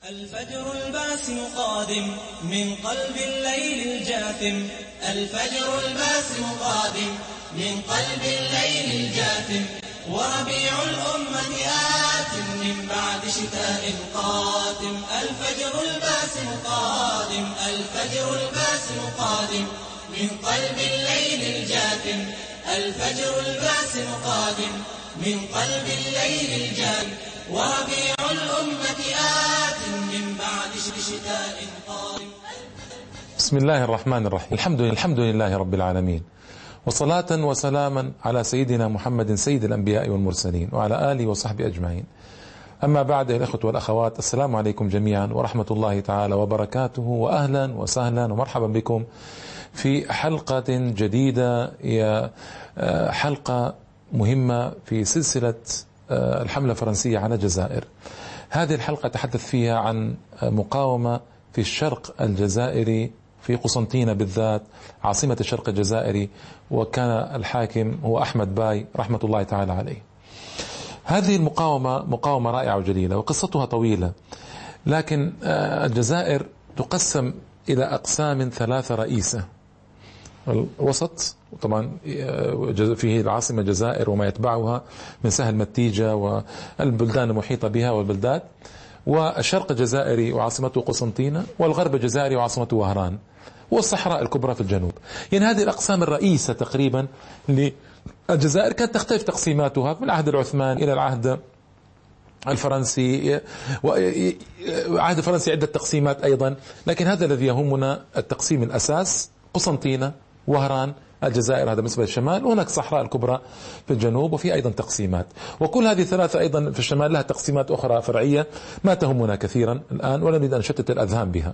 الفجر الباسم قادم من قلب الليل الجاثم. الفجر الباسم قادم من قلب الليل الجاثم. وربيع الأمة آت من بعد شتاء قاتم. الفجر الباسم قادم. الفجر الباسم قادم من قلب الليل الجاثم. الفجر الباسم قادم من قلب الليل الجاثم. وربيع الأمة آت من بعد شتاء قادم. بسم الله الرحمن الرحيم. الحمد لله رب العالمين، وصلاة وسلاما على سيدنا محمد سيد الأنبياء والمرسلين وعلى آله وصحبه أجمعين. أما بعد، الأخوة والأخوات، السلام عليكم جميعا ورحمة الله تعالى وبركاته، وأهلا وسهلا ومرحبا بكم في حلقة جديدة، هي حلقة مهمة في سلسلة الحملة الفرنسية على الجزائر. هذه الحلقة تحدث فيها عن مقاومة في الشرق الجزائري، في قسنطينة بالذات، عاصمة الشرق الجزائري، وكان الحاكم هو أحمد باي رحمة الله تعالى عليه. هذه المقاومة مقاومة رائعة وجليلة، وقصتها طويلة، لكن الجزائر تقسم إلى أقسام ثلاثة رئيسة. الوسط طبعا فيه العاصمة الجزائر وما يتبعها من سهل متيجة والبلدان المحيطة بها والبلدات، والشرق الجزائري وعاصمته قسنطينة، والغرب الجزائري وعاصمته وهران، والصحراء الكبرى في الجنوب. يعني هذه الأقسام الرئيسة تقريبا للجزائر. كانت تختلف تقسيماتها من العهد العثماني إلى العهد الفرنسي، وعهد الفرنسي عدة تقسيمات أيضا، لكن هذا الذي يهمنا التقسيم الأساس: قسنطينة، وهران، الجزائر، هذا بالنسبة للشمال، وهناك صحراء الكبرى في الجنوب، وفي أيضا تقسيمات. وكل هذه الثلاثة أيضا في الشمال لها تقسيمات أخرى فرعية ما تهمنا كثيرا الآن، ولا نريد أن نشتت الأذهان بها.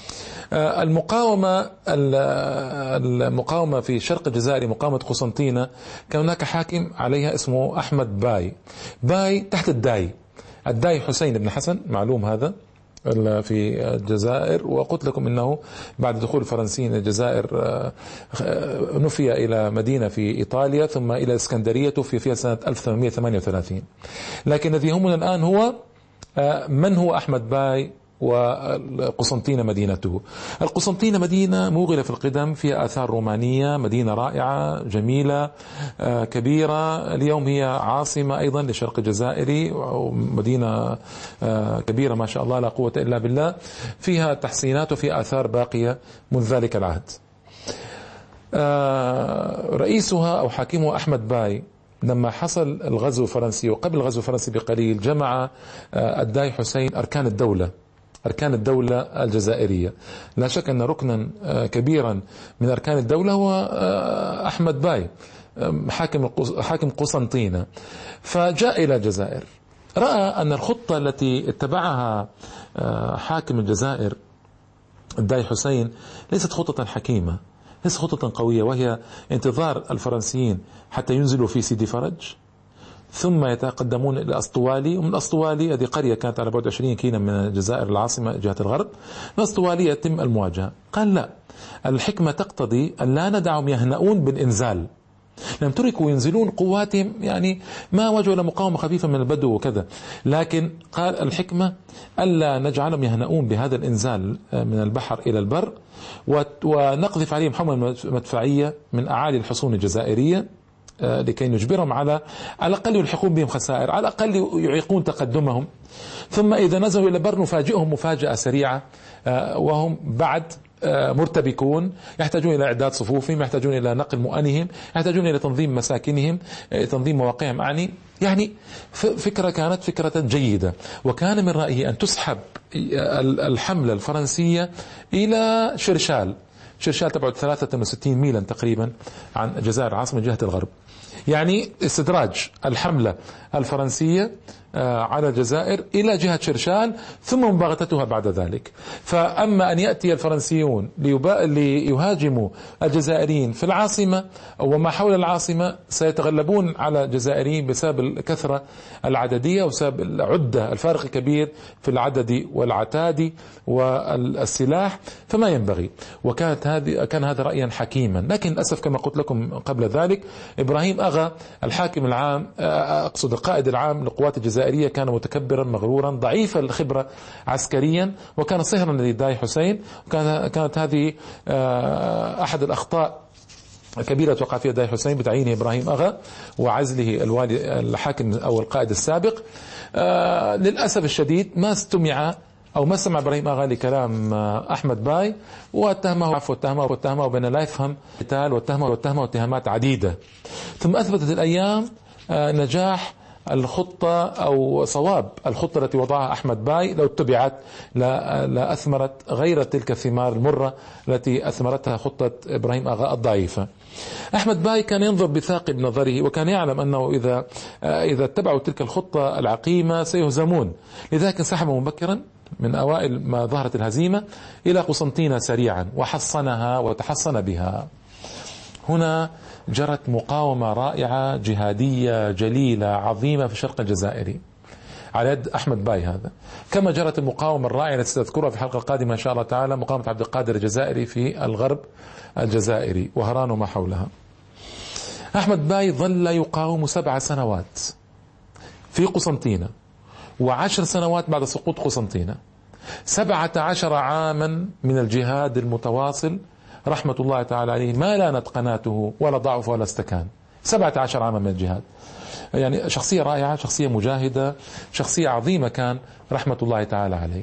المقاومة في شرق الجزائر، مقاومة قسنطينة، كان هناك حاكم عليها اسمه أحمد باي تحت الداي حسين بن حسن، معلوم هذا في الجزائر. وقلت لكم انه بعد دخول الفرنسيين الجزائر نفي الى مدينة في ايطاليا، ثم الى اسكندرية، توفي فيها سنة 1838. لكن الذي يهمنا الان هو من هو احمد باي، وقسنطينة مدينته. القسنطينة مدينة موغلة في القدم، فيها آثار رومانية، مدينة رائعة جميلة كبيرة. اليوم هي عاصمة أيضا للشرق الجزائري، ومدينة كبيرة ما شاء الله لا قوة إلا بالله، فيها تحسينات وفيها آثار باقية منذ ذلك العهد. رئيسها أو حاكمها أحمد باي، لما حصل الغزو الفرنسي وقبل الغزو الفرنسي بقليل، جمع الداي حسين أركان الدولة الجزائرية. لا شك أن ركنا كبيرا من أركان الدولة هو أحمد باي، حاكم قسنطينة. فجاء إلى الجزائر، رأى أن الخطة التي اتبعها حاكم الجزائر الداي حسين ليست خطة حكيمة، ليست خطة قوية، وهي انتظار الفرنسيين حتى ينزلوا في سيدي فرج، ثم يتقدمون إلى أسطوالي، ومن أسطوالي هذه قرية كانت على بعد 20 كيلو من الجزائر العاصمة جهة الغرب، من أسطوالي يتم المواجهة. قال لا، الحكمة تقتضي أن لا ندعهم يهنؤون بالإنزال، لم تركوا ينزلون قواتهم، يعني ما واجهوا إلى مقاومة خفيفة من البدو وكذا، لكن قال الحكمة ألا نجعلهم يهنؤون بهذا الإنزال من البحر إلى البر، ونقذف عليهم حمل مدفعية من أعالي الحصون الجزائرية لكي نجبرهم على الأقل يلحقون بهم خسائر، على الأقل يعيقون تقدمهم، ثم إذا نزلوا إلى البر نفاجئهم مفاجأة سريعة وهم بعد مرتبكون، يحتاجون إلى إعداد صفوفهم، يحتاجون إلى نقل مؤنهم، يحتاجون إلى تنظيم مساكنهم، تنظيم مواقعهم. يعني كانت فكرة جيدة، وكان من رأيه أن تسحب الحملة الفرنسية إلى شرشال تبعد 63 ميلا تقريبا عن الجزائر العاصمة جهة الغرب، يعني استدراج الحملة الفرنسية على الجزائر إلى جهة شرشال، ثم مباغتتها بعد ذلك. فأما أن يأتي الفرنسيون ليهاجموا الجزائريين في العاصمة وما حول العاصمة، سيتغلبون على الجزائريين بسبب الكثرة العددية وسبب العدة، الفارق الكبير في العدد والعتاد والسلاح فما ينبغي. كان هذا رأيا حكيما. لكن للأسف كما قلت لكم قبل ذلك، إبراهيم أغا الحاكم العام، أقصد القائد العام للقوات الجزائرية، كان متكبرا مغرورا ضعيف الخبرة عسكريا، وكان صهرا لداي حسين. كانت هذه أحد الأخطاء كبيرة وقع فيها داي حسين بتعيينه إبراهيم أغا وعزله الوالي الحاكم أو القائد السابق. للأسف الشديد ما استمع أو ما سمع إبراهيم أغا لكلام أحمد باي، واتهمه وبين لا يفهم قتال، واتهمه اتهامات عديدة. ثم أثبتت الأيام نجاح الخطة أو صواب الخطة التي وضعها أحمد باي لو اتبعت لا أثمرت غير تلك الثمار المرة التي أثمرتها خطة إبراهيم أغا الضعيفة. أحمد باي كان ينظر بثاقب نظره، وكان يعلم أنه إذا اتبعوا تلك الخطة العقيمة سيهزمون، لذلك انسحب مبكرا من أوائل ما ظهرت الهزيمة إلى قسنطينة سريعا وحصنها وتحصن بها. هنا جرت مقاومة رائعة جهادية جليلة عظيمة في الشرق الجزائري على يد أحمد باي هذا، كما جرت المقاومة الرائعة التي ستذكرها في الحلقة القادمة إن شاء الله تعالى، مقاومة عبد القادر الجزائري في الغرب الجزائري وهران وما حولها. أحمد باي ظل يقاوم 7 سنوات في قسنطينة، و10 سنوات بعد سقوط قسنطينة، 17 عاما من الجهاد المتواصل رحمة الله تعالى عليه، ما لانت قناته ولا ضعف ولا استكان. 17 عاما من الجهاد، يعني شخصية رائعة، شخصية مجاهدة، شخصية عظيمة كان رحمة الله تعالى عليه.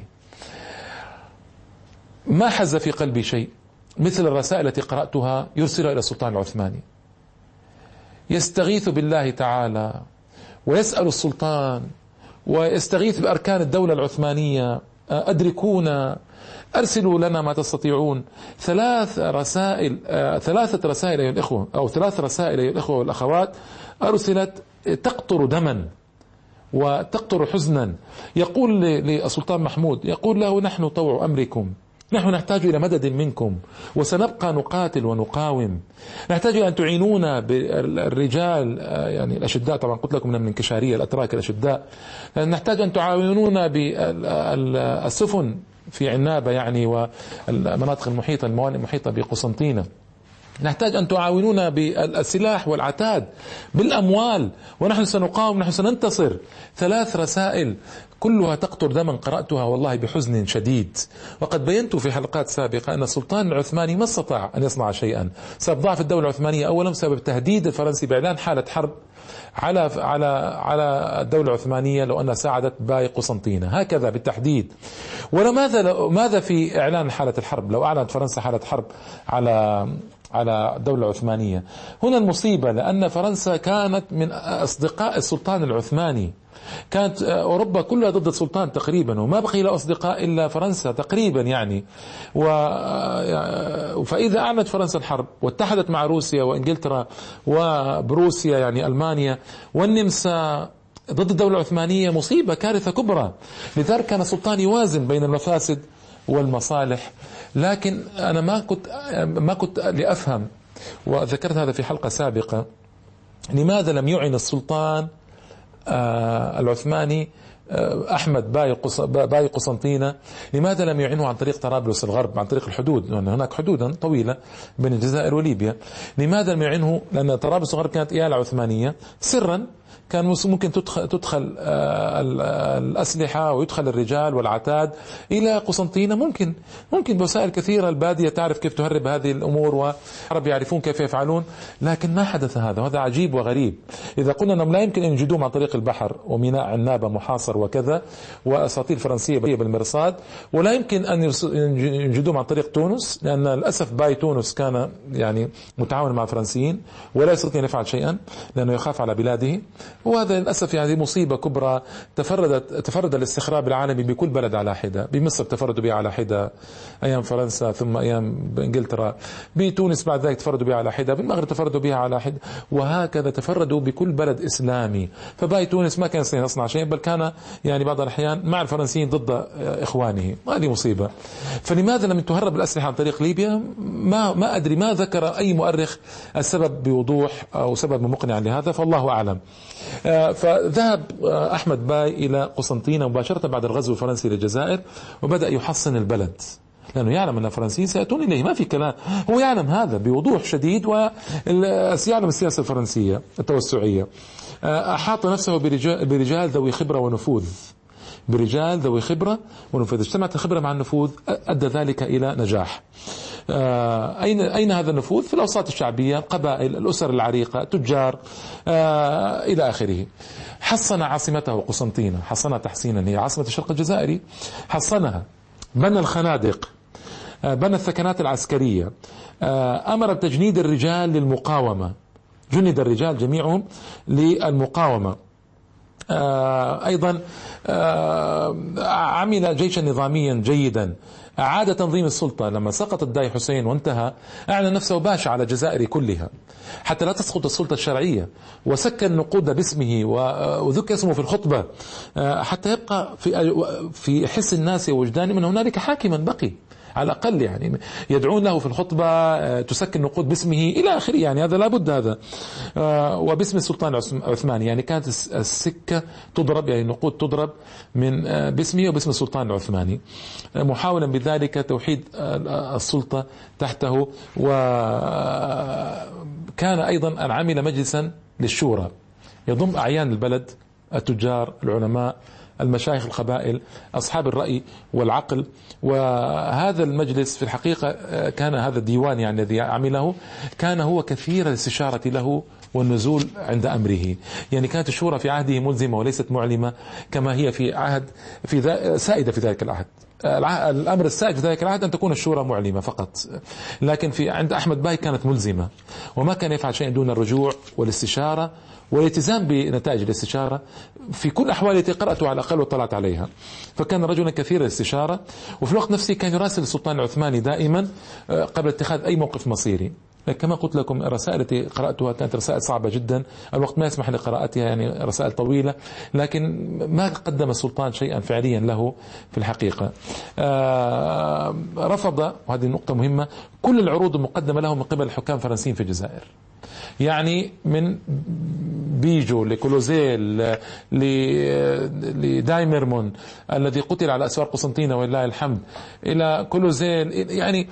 ما حز في قلبي شيء مثل الرسائل التي قرأتها يرسلها إلى السلطان العثماني، يستغيث بالله تعالى ويسأل السلطان ويستغيث بأركان الدولة العثمانية: أدركونا، أرسلوا لنا ما تستطيعون. 3 رسائل أيها الإخوة، أو 3 رسائل أيها الإخوة والأخوات أرسلت تقطر دما وتقطر حزنا. يقول للسلطان محمود، يقول له: نحن طوع أمركم، نحن نحتاج إلى مدد منكم، وسنبقى نقاتل ونقاوم. نحتاج أن تعينونا بالرجال، يعني الأشداء، طبعا قلت لكم من الانكشارية الأتراك الأشداء. نحتاج أن تعاونونا بالسفن في عنابة يعني والمناطق المحيطة، الموانئ المحيطة بقسنطينة. نحتاج أن تعاونونا بالسلاح والعتاد، بالأموال، ونحن سنقاوم، نحن سننتصر. 3 رسائل كلها تقطر دما قرأتها والله بحزن شديد. وقد بينت في حلقات سابقة أن السلطان العثماني ما استطاع أن يصنع شيئا بسبب ضعف الدولة العثمانية، أولا بسبب تهديد الفرنسي بإعلان حالة حرب على الدولة العثمانية لو أنها ساعدت باي قسنطينة، هكذا بالتحديد. ماذا في إعلان حالة الحرب لو أعلنت فرنسا حالة حرب على الدولة العثمانية؟ هنا المصيبة، لأن فرنسا كانت من أصدقاء السلطان العثماني، كانت أوروبا كلها ضد السلطان تقريبا، وما بقي له أصدقاء إلا فرنسا تقريبا يعني. فإذا أعلنت فرنسا الحرب واتحدت مع روسيا وإنجلترا وبروسيا يعني ألمانيا والنمسا ضد الدولة العثمانية، مصيبة، كارثة كبرى. لذلك كان السلطان يوازن بين المفاسد والمصالح. لكن أنا ما كنت لأفهم، وذكرت هذا في حلقة سابقة، لماذا لم يعن السلطان العثماني أحمد باي قسنطينة، لماذا لم يعنه عن طريق طرابلس الغرب، عن طريق الحدود، لأن هناك حدودا طويلة بين الجزائر وليبيا؟ لماذا لم يعنه؟ لأن طرابلس الغرب كانت إيالة عثمانية سرا، كان ممكن تدخل الأسلحة ويدخل الرجال والعتاد إلى قسنطينة، ممكن بوسائل كثيرة. البادية تعرف كيف تهرب هذه الأمور، والعرب يعرفون كيف يفعلون، لكن ما حدث هذا، وهذا عجيب وغريب. إذا قلنا أنهم لا يمكن أن ينجدوهم عن طريق البحر وميناء عنابة محاصر وكذا، وأساطيل فرنسية بالمرصاد، ولا يمكن أن ينجدوهم عن طريق تونس، لأن للأسف باي تونس كان يعني متعاون مع الفرنسيين ولا يستطيع أن يفعل شيئا لأنه يخاف على بلاده. وهذا للأسف يعني مصيبة كبرى. تفرد الاستخراب العالمي بكل بلد على حدة، بمصر تفردوا بها على حدة أيام فرنسا، ثم أيام إنجلترا، بتونس بعد ذلك تفردوا بها على حدة، بالمغرب تفردوا بها على حدة، وهكذا تفردوا بكل بلد إسلامي. فباي تونس ما كان يصنع شيء، بل كان يعني بعض الأحيان مع الفرنسيين ضد إخوانه. هذه مصيبة. فلماذا لم تهرب الأسلحة عن طريق ليبيا؟ ما أدري، ما ذكر أي مؤرخ السبب بوضوح أو سبب مقنع لهذا، فالله أعلم. فذهب أحمد باي إلى قسنطينة مباشرة بعد الغزو الفرنسي للجزائر، وبدأ يحصن البلد، لأنه يعلم أن الفرنسيين سيأتون إليه، ما في كلام، هو يعلم هذا بوضوح شديد، ويعلم السياسة الفرنسية التوسعية. أحاط نفسه برجال ذوي خبرة ونفوذ، برجال ذوي خبرة ونفوذ. اجتمعت الخبرة مع النفوذ، أدى ذلك إلى نجاح. أين هذا النفوذ؟ في الأوساط الشعبية، قبائل، الأسر العريقة، تجار، إلى آخره. حصن عاصمته قسنطينة، حصنها تحسينا، هي عاصمة الشرق الجزائري، حصنها، بنى الخنادق، بنى الثكنات العسكرية، أمر بتجنيد الرجال للمقاومة، جند الرجال جميعهم للمقاومة. أيضا عمل جيشا نظاميا جيدا، أعاد تنظيم السلطة. لما سقط الداي حسين وانتهى، أعلن نفسه باشا على الجزائر كلها حتى لا تسقط السلطة الشرعية، وسكن النقود باسمه وذكر اسمه في الخطبة، حتى يبقى في حس الناس ووجدانهم أن هنالك حاكما بقي على الأقل، يعني يدعون له في الخطبة، تسكن نقود باسمه إلى آخره، يعني هذا لابد هذا، وباسم السلطان العثماني، يعني كانت السكة تضرب، يعني النقود تضرب من باسمه وباسم السلطان العثماني، محاولا بذلك توحيد السلطة تحته. وكان أيضا أن عمل مجلسا للشورى يضم أعيان البلد، التجار، العلماء، المشايخ، القبائل، أصحاب الرأي والعقل. وهذا المجلس في الحقيقة كان هذا الديوان يعني الذي عمله كان هو كثير الاستشارة له والنزول عند أمره، يعني كانت الشورى في عهده ملزمة وليست معلمة كما هي في عهد سائدة في ذلك العهد. الأمر السائد في ذلك العهد أن تكون الشورى معلمة فقط، لكن عند أحمد باي كانت ملزمة، وما كان يفعل شيء دون الرجوع والاستشارة والالتزام بنتائج الاستشارة في كل أحوال التي قرأتها على الأقل وطلعت عليها. فكان رجلا كثير الاستشارة، وفي الوقت نفسه كان يراسل السلطان العثماني دائما قبل اتخاذ أي موقف مصيري. كما قلت لكم الرسائل التي قرأتها كانت رسائل صعبة جدا، الوقت ما يسمح لقراءتها، يعني رسائل طويلة، لكن ما قدم السلطان شيئا فعليا له في الحقيقة. رفض، وهذه النقطة مهمة، كل العروض المقدمة له من قبل الحكام الفرنسيين في الجزائر، يعني من بيجو لكولوزيل لدايمرمون الذي قتل على أسوار قسنطينة ولله الحمد، إلى كولوزيل، يعني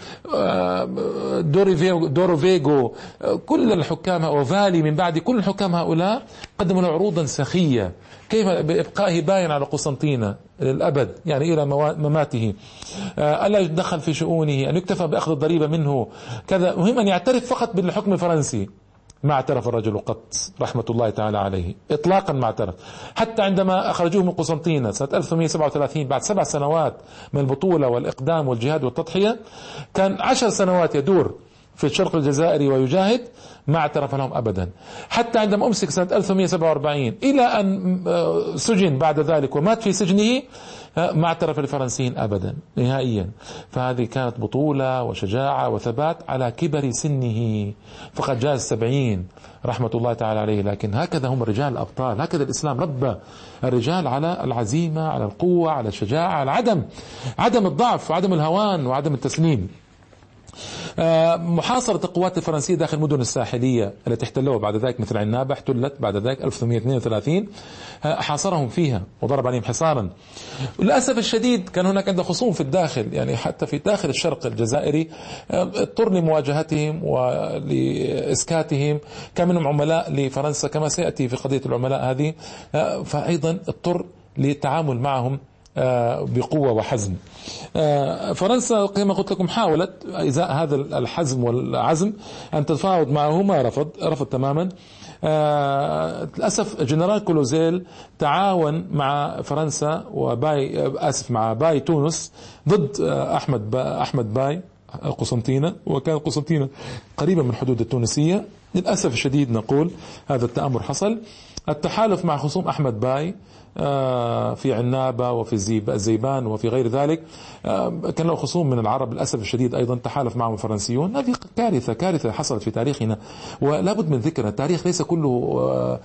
دورفيغو، كل الحكام وفالي من بعد، كل الحكام هؤلاء قدموا له عروضا سخية، كيف بإبقائه باين على قسنطينة للأبد، يعني إلى مماته، ألا يتدخل في شؤونه، أن يكتفى بأخذ الضريبة منه، كذا، مهم أن يعترف فقط بالحكم الفرنسي. ما اعترف الرجل قط رحمة الله تعالى عليه إطلاقا، ما اعترف، حتى عندما أخرجوه من قسنطينة سنة 1837 بعد 7 سنوات من البطولة والإقدام والجهاد والتضحية، كان 10 سنوات يدور في الشرق الجزائري ويجاهد، ما اعترف لهم أبدا، حتى عندما أمسك سنة 1847 إلى أن سجن بعد ذلك ومات في سجنه، ما اعترف للفرنسيين أبدا نهائيا. فهذه كانت بطولة وشجاعة وثبات على كبر سنه، فقد جاز 70 رحمة الله تعالى عليه. لكن هكذا هم الرجال الأبطال، هكذا الإسلام ربى الرجال على العزيمة، على القوة، على الشجاعة، على عدم الضعف وعدم الهوان وعدم التسليم. محاصرة القوات الفرنسية داخل المدن الساحلية التي احتلوها بعد ذلك، مثل عنابة احتلت بعد ذلك 1832، حاصرهم فيها وضرب عليهم حصارا. للأسف الشديد كان هناك عنده خصوم في الداخل، يعني حتى في داخل الشرق الجزائري اضطر لمواجهتهم ولإسكاتهم، كان منهم عملاء لفرنسا كما سيأتي في قضية العملاء هذه، فأيضا اضطر للتعامل معهم بقوة وحزم. فرنسا كما قلت لكم حاولت إزاء هذا الحزم والعزم أن تتفاوض معه، ما رفض تماما. للأسف جنرال كولوزيل تعاون مع فرنسا مع باي تونس ضد أحمد باي قسنطينة، وكان قسنطينة قريبة من الحدود التونسية. للأسف الشديد نقول هذا التآمر حصل، التحالف مع خصوم أحمد باي في عنابة وفي الزيبان وفي غير ذلك. كان له خصوم من العرب للأسف الشديد أيضا تحالف معهم الفرنسيون. هذه كارثة حصلت في تاريخنا ولا بد من ذكرها. التاريخ ليس كله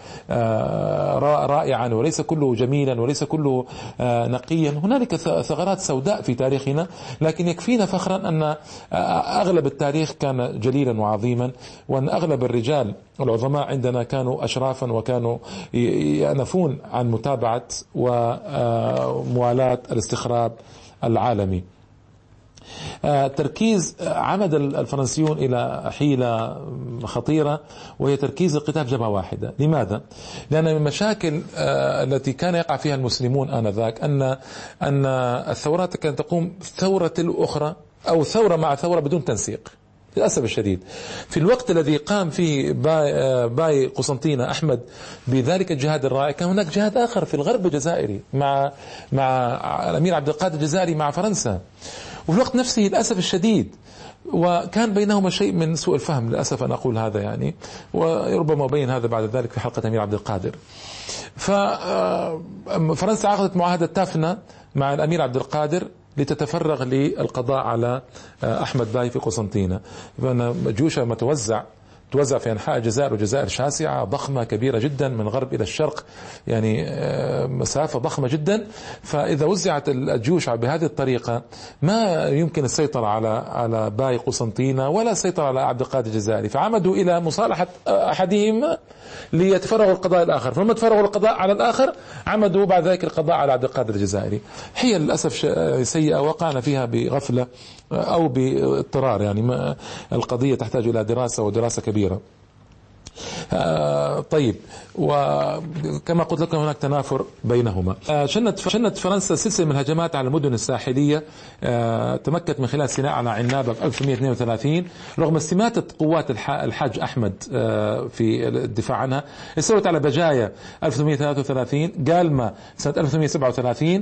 رائعا وليس كله جميلا وليس كله نقيا، هنالك ثغرات سوداء في تاريخنا، لكن يكفينا فخرا أن أغلب التاريخ كان جليلا وعظيما، وأن أغلب الرجال العظماء عندنا كانوا أشرافا وكانوا يأنفون عن متابعة وموالاة الاستخراب العالمي. تركيز عمد الفرنسيون إلى حيلة خطيرة، وهي تركيز القتال في جبهة واحدة. لماذا؟ لأن من المشاكل التي كان يقع فيها المسلمون آنذاك أن الثورات كانت تقوم ثورة الأخرى أو ثورة مع ثورة بدون تنسيق للأسف الشديد. في الوقت الذي قام فيه باي قسنطينة أحمد بذلك الجهاد الرائع، كان هناك جهاد آخر في الغرب الجزائري مع الأمير عبد القادر الجزائري مع فرنسا، وفي الوقت نفسه للأسف الشديد وكان بينهما شيء من سوء الفهم، للأسف أن أقول هذا يعني، وربما أبين هذا بعد ذلك في حلقة الأمير عبد القادر. ففرنسا عقدت معاهدة تافنا مع الأمير عبد القادر لتتفرغ للقضاء على أحمد باي في قسنطينة. فأن جيوشها توزع في أنحاء الجزائر، والجزائر شاسعة ضخمة كبيرة جدا من غرب إلى الشرق، يعني مسافة ضخمة جدا. فإذا وزعت الجيوش بهذه الطريقة ما يمكن السيطرة على باي قسنطينة ولا السيطرة على عبد القادر الجزائري، فعمدوا إلى مصالحة أحدهم ليتفرغوا القضاء الآخر. فلما تفرغوا القضاء على الآخر عمدوا بعد ذلك القضاء على عبد القادر الجزائري. هي للأسف سيئة وقعنا فيها بغفلة أو باضطرار، يعني القضية تحتاج إلى دراسة ودراسة كبيرة. طيب، وكما قلت لكم هناك تنافر بينهما. شنت فرنسا سلسلة من الهجمات على المدن الساحلية، تمكنت من خلال سيناء على عنابة في 1132 رغم استماتة قوات الحاج أحمد في الدفاع عنها. استولت على بجاية 1833، قالما سنة 1837.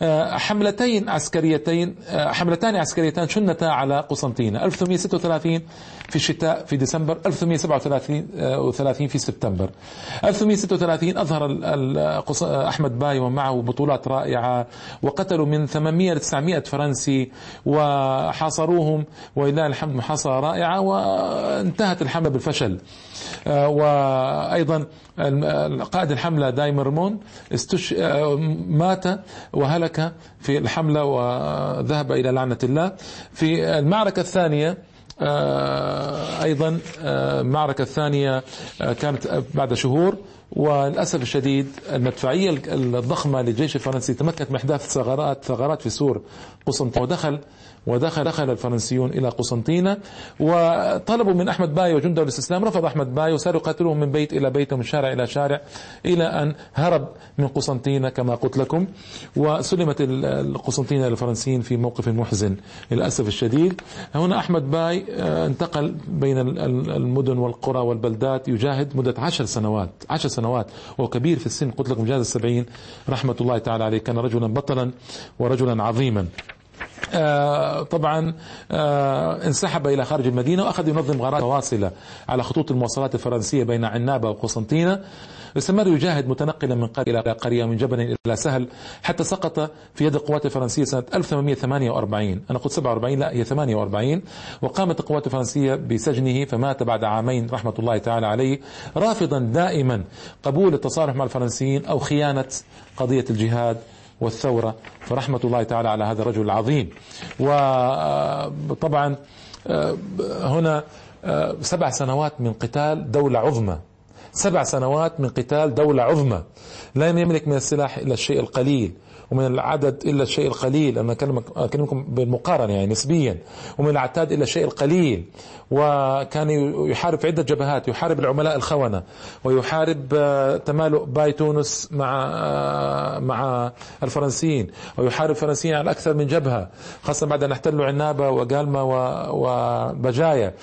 حملتان عسكريتان شنتا على قسنطينة، 1836 في الشتاء في ديسمبر، 1837 في سبتمبر. 1836 أظهر أحمد باي ومعه بطولات رائعة، وقتلوا من 800 إلى 900 فرنسي وحاصروهم، ولله الحمد محاصرة رائعة، وانتهت الحملة بالفشل. وأيضا قائد الحملة دايمرمون مات وهلك في الحملة وذهب إلى لعنة الله. في المعركة الثانية أيضا المعركة الثانية كانت بعد شهور، وللأسف الشديد المدفعية الضخمة للجيش الفرنسي تمكنت من إحداث ثغرات في سور قسنطينة، ودخل الفرنسيون إلى قسنطينة وطلبوا من أحمد باي وجنده الاستسلام. رفض أحمد باي وصاروا يقاتلوهم من بيت إلى بيت ومن شارع إلى شارع إلى أن هرب من قسنطينة كما قلت لكم، وسلمت القسنطينة للفرنسيين في موقف محزن للأسف الشديد. هنا أحمد باي انتقل بين المدن والقرى والبلدات يجاهد مدة 10 سنوات، وهو كبير في السن، قلت لكم جاز 70 رحمة الله تعالى عليه. كان رجلا بطلا ورجلا عظيما. طبعا انسحب إلى خارج المدينة وأخذ ينظم غارات متواصلة على خطوط المواصلات الفرنسية بين عنابة وقسنطينة. استمر يجاهد متنقلا من قرية إلى قرية، من جبل إلى سهل، حتى سقط في يد القوات الفرنسية سنة 1848. أنا قلت 47، لا هي 48. وقامت القوات الفرنسية بسجنه، فمات بعد عامين رحمة الله تعالى عليه، رافضا دائما قبول التصالح مع الفرنسيين أو خيانة قضية الجهاد والثورة، فرحمة الله تعالى على هذا الرجل العظيم. وطبعا هنا 7 سنوات من قتال دولة عظمى، 7 سنوات من قتال دولة عظمى لا يملك من السلاح إلا الشيء القليل، ومن العدد إلا الشيء القليل، أنا أكلمكم بالمقارنة يعني نسبيا، ومن العتاد إلا الشيء القليل. وكان يحارب في عدة جبهات، يحارب العملاء الخونة، ويحارب تمالؤ باي تونس مع الفرنسيين، ويحارب الفرنسيين على أكثر من جبهة، خاصة بعد أن احتلوا عنابة وقالما وبجاية،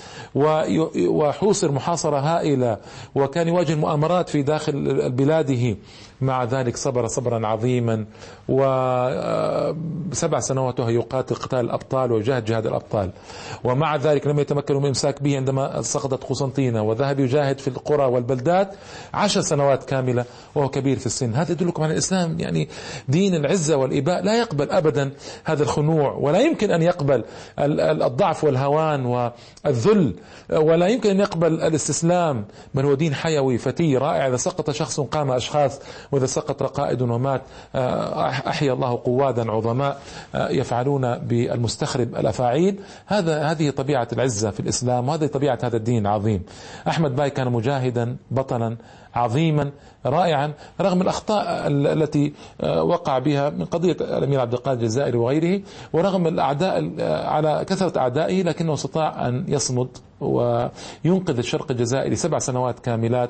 وحوصر محاصرة هائلة، وكان يواجه مؤامرات في داخل بلاده مع ذلك صبر صبرا عظيما، و7 سنوات وهو يقاتل قتال الأبطال ويجاهد جهاد الأبطال، ومع ذلك لم يتمكنوا من إمساك به عندما سقطت قسنطينة، وذهب يجاهد في القرى والبلدات 10 سنوات كاملة وهو كبير في السن. هذا يدلكم على الإسلام، يعني دين العزة والإباء، لا يقبل أبدا هذا الخنوع، ولا يمكن أن يقبل الضعف والهوان والذل، ولا يمكن أن يقبل الاستسلام، بل هو دين حيوي فتي رائع. إذا سقط شخص قام أشخاص، وإذا سقط قائد ومات أحيا الله قوادا عظماء يفعلون بالمستخرب الأفاعيل. هذه طبيعة العزة في الإسلام، وهذه طبيعة هذا الدين العظيم. أحمد باي كان مجاهدا بطلا عظيما رائعا رغم الأخطاء التي وقع بها من قضية الأمير عبد القادر الجزائري وغيره، ورغم الأعداء على كثرة أعدائه، لكنه استطاع أن يصمد وينقذ الشرق الجزائري 7 سنوات كاملات،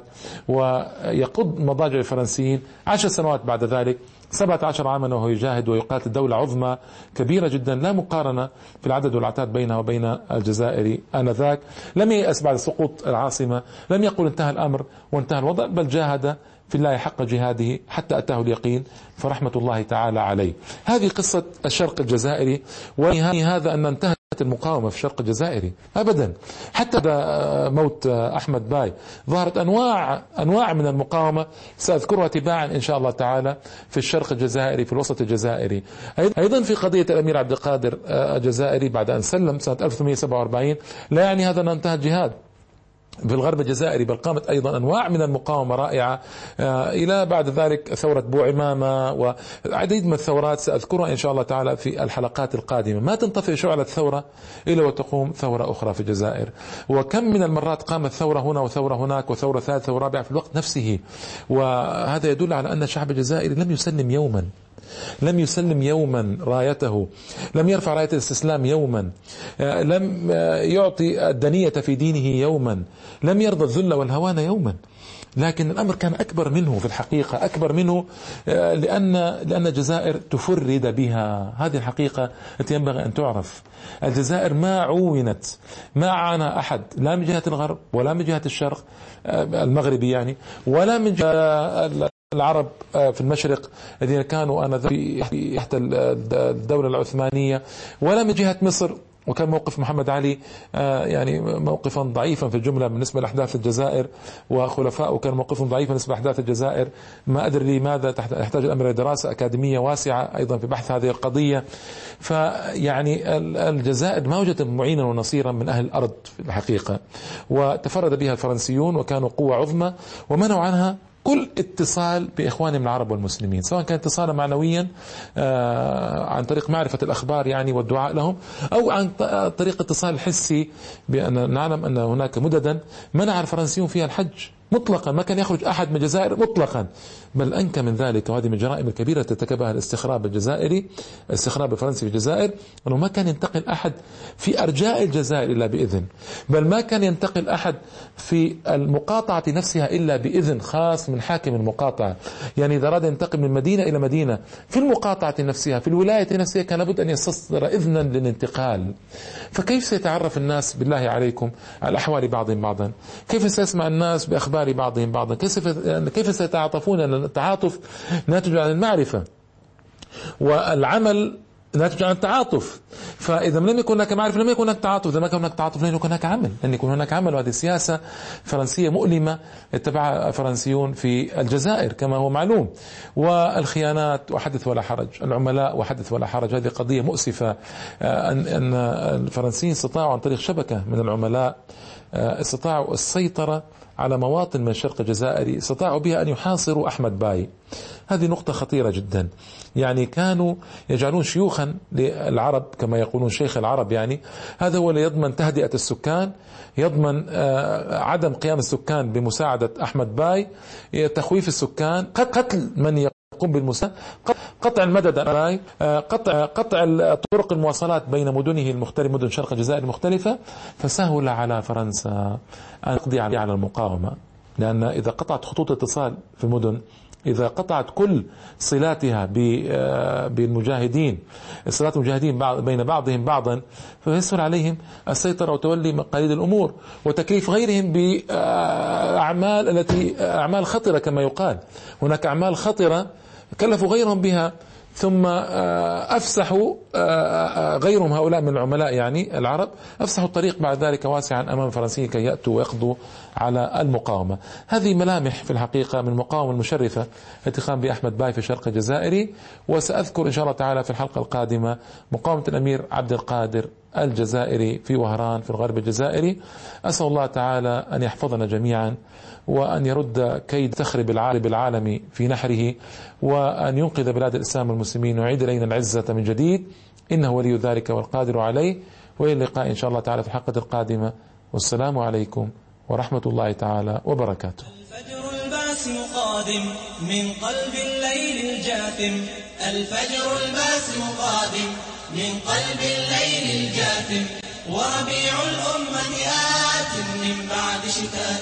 ويقض مضاجع الفرنسيين 10 سنوات بعد ذلك. 17 عاما وهو يجاهد ويقاتل دولة عظمى كبيرة جدا لا مقارنة في العدد والعتاد بينها وبين الجزائر آنذاك. لم ييأس بعد سقوط العاصمة، لم يقل انتهى الأمر وانتهى الوضع، بل جاهد في الله حق جهاده حتى أتاه اليقين، فرحمة الله تعالى عليه. هذه قصة الشرق الجزائري، وهذا أن انتهت المقاومة في الشرق الجزائري أبدا. حتى بعد موت أحمد باي ظهرت أنواع من المقاومة سأذكرها تباعا إن شاء الله تعالى في الشرق الجزائري، في الوسط الجزائري. أيضا في قضية الأمير عبد القادر الجزائري بعد أن سلم سنة 1847، لا يعني هذا أن انتهى الجهاد في الغرب الجزائري، بل قامت أيضا أنواع من المقاومة رائعة إلى بعد ذلك ثورة بوعمامة وعديد من الثورات سأذكرها إن شاء الله تعالى في الحلقات القادمة. ما تنطفئ شعلة الثورة إلا وتقوم ثورة أخرى في الجزائر، وكم من المرات قامت ثورة هنا وثورة هناك وثورة ثالثة ورابعة في الوقت نفسه. وهذا يدل على أن الشعب الجزائري لم يسلم يوما، لم يسلم يوما رايته، لم يرفع راية الاستسلام يوما، لم يعطي الدنية في دينه يوما، لم يرضى الذل والهوان يوما. لكن الأمر كان أكبر منه في الحقيقة، أكبر منه لأن الجزائر تفرد بها. هذه الحقيقة التي ينبغي أن تعرف. الجزائر ما عونت، ما عانى أحد، لا من جهة الغرب ولا من جهة الشرق المغربي يعني، ولا من جهة العرب في المشرق الذين كانوا آنذاك تحت الدولة العثمانية، ولا من جهة مصر، وكان موقف محمد علي يعني موقفا ضعيفا في الجملة بالنسبة لأحداث الجزائر، وخلفائه كان موقفهم ضعيفا بالنسبة لأحداث الجزائر. ما أدري لماذا يحتاج الأمر إلى دراسة أكاديمية واسعة أيضا في بحث هذه القضية. فيعني الجزائر ما وجدت معينا ونصيرا من أهل الأرض في الحقيقة، وتفرد بها الفرنسيون وكانوا قوة عظمى، ومنعوا عنها كل اتصال بإخوانهم العرب والمسلمين، سواء كان اتصالا معنويا عن طريق معرفة الأخبار يعني والدعاء لهم، أو عن طريق اتصال حسي، بأن نعلم أن هناك مددا منع الفرنسيون فيها الحج مطلقا، ما كان يخرج أحد من الجزائر مطلقا. بل أنكى من ذلك، وهذه من الجرائم الكبيرة التي ارتكبها الاستخراب الجزائري، الاستخراب الفرنسي في الجزائر، أنه ما كان ينتقل أحد في أرجاء الجزائر إلا بإذن، بل ما كان ينتقل أحد في المقاطعة نفسها إلا بإذن خاص من حاكم المقاطعة. يعني إذا أراد ينتقل من مدينة إلى مدينة في المقاطعة نفسها، في الولاية نفسها، كان لابد أن يستصدر إذنا للانتقال. فكيف سيتعرف الناس بالله عليكم على أحوال بعضهم بعضا؟ كيف سيسمع الناس بأخبار بعضهم بعضا؟ كيف سيتعاطفون؟ التعاطف ناتج عن المعرفة، والعمل ناتج عن التعاطف. فإذا لم يكن هناك معرفة لم يكن هناك تعاطف، إذا ما كان هناك تعاطف لن يكن هناك عمل، لن يكون هناك عمل. وهذه سياسة فرنسية مؤلمة اتبعها الفرنسيون في الجزائر كما هو معلوم. والخيانات وحدث ولا حرج، العملاء وحدث ولا حرج، هذه قضية مؤسفة. أن الفرنسيين استطاعوا عن طريق شبكة من العملاء استطاعوا السيطرة على مواطن من الشرق الجزائري، استطاعوا بها أن يحاصروا أحمد باي. هذه نقطة خطيرة جدا. يعني كانوا يجعلون شيوخا للعرب كما يقولون شيخ العرب، يعني هذا هو اللي يضمن تهدئة السكان، يضمن عدم قيام السكان بمساعدة أحمد باي، تخويف السكان، قتل من يقوم بالمساعدة، قطع المدد، قطع طرق المواصلات بين مدنه المختلفة، مدن شرق الجزائر المختلفة. فسهل على فرنسا أن تقضي على المقاومة، لأن إذا قطعت خطوط اتصال في المدن إذا قطعت كل صلاتها بالمجاهدين، صلات المجاهدين بين بعضهم بعضا، فيسهل عليهم السيطرة وتولي مقاليد الأمور وتكليف غيرهم بأعمال أعمال خطرة. كما يقال هناك أعمال خطرة كلفوا غيرهم بها، ثم أفسحوا غيرهم هؤلاء من العملاء يعني العرب، أفسحوا الطريق بعد ذلك واسعا أمام الفرنسيين كي يأتوا ويقضوا على المقاومة. هذه ملامح في الحقيقة من المقاومة المشرفة التي قام بها أحمد باي في الشرق الجزائري. وسأذكر إن شاء الله تعالى في الحلقة القادمة مقاومة الأمير عبد القادر الجزائري في وهران في الغرب الجزائري. أسأل الله تعالى أن يحفظنا جميعا، وأن يرد كيد تخرب العالم في نحره، وأن ينقذ بلاد الإسلام والمسلمين ويعيد إلينا العزة من جديد، إنه ولي ذلك والقادر عليه. وإلى اللقاء إن شاء الله تعالى في الحلقة القادمة، والسلام عليكم ورحمة الله تعالى وبركاته. الفجر الباسم قادم من قلب الليل الجاثم، الفجر الباسم قادم من قلب الليل الجاثم، وربيع الأمة آت من بعد شتاء.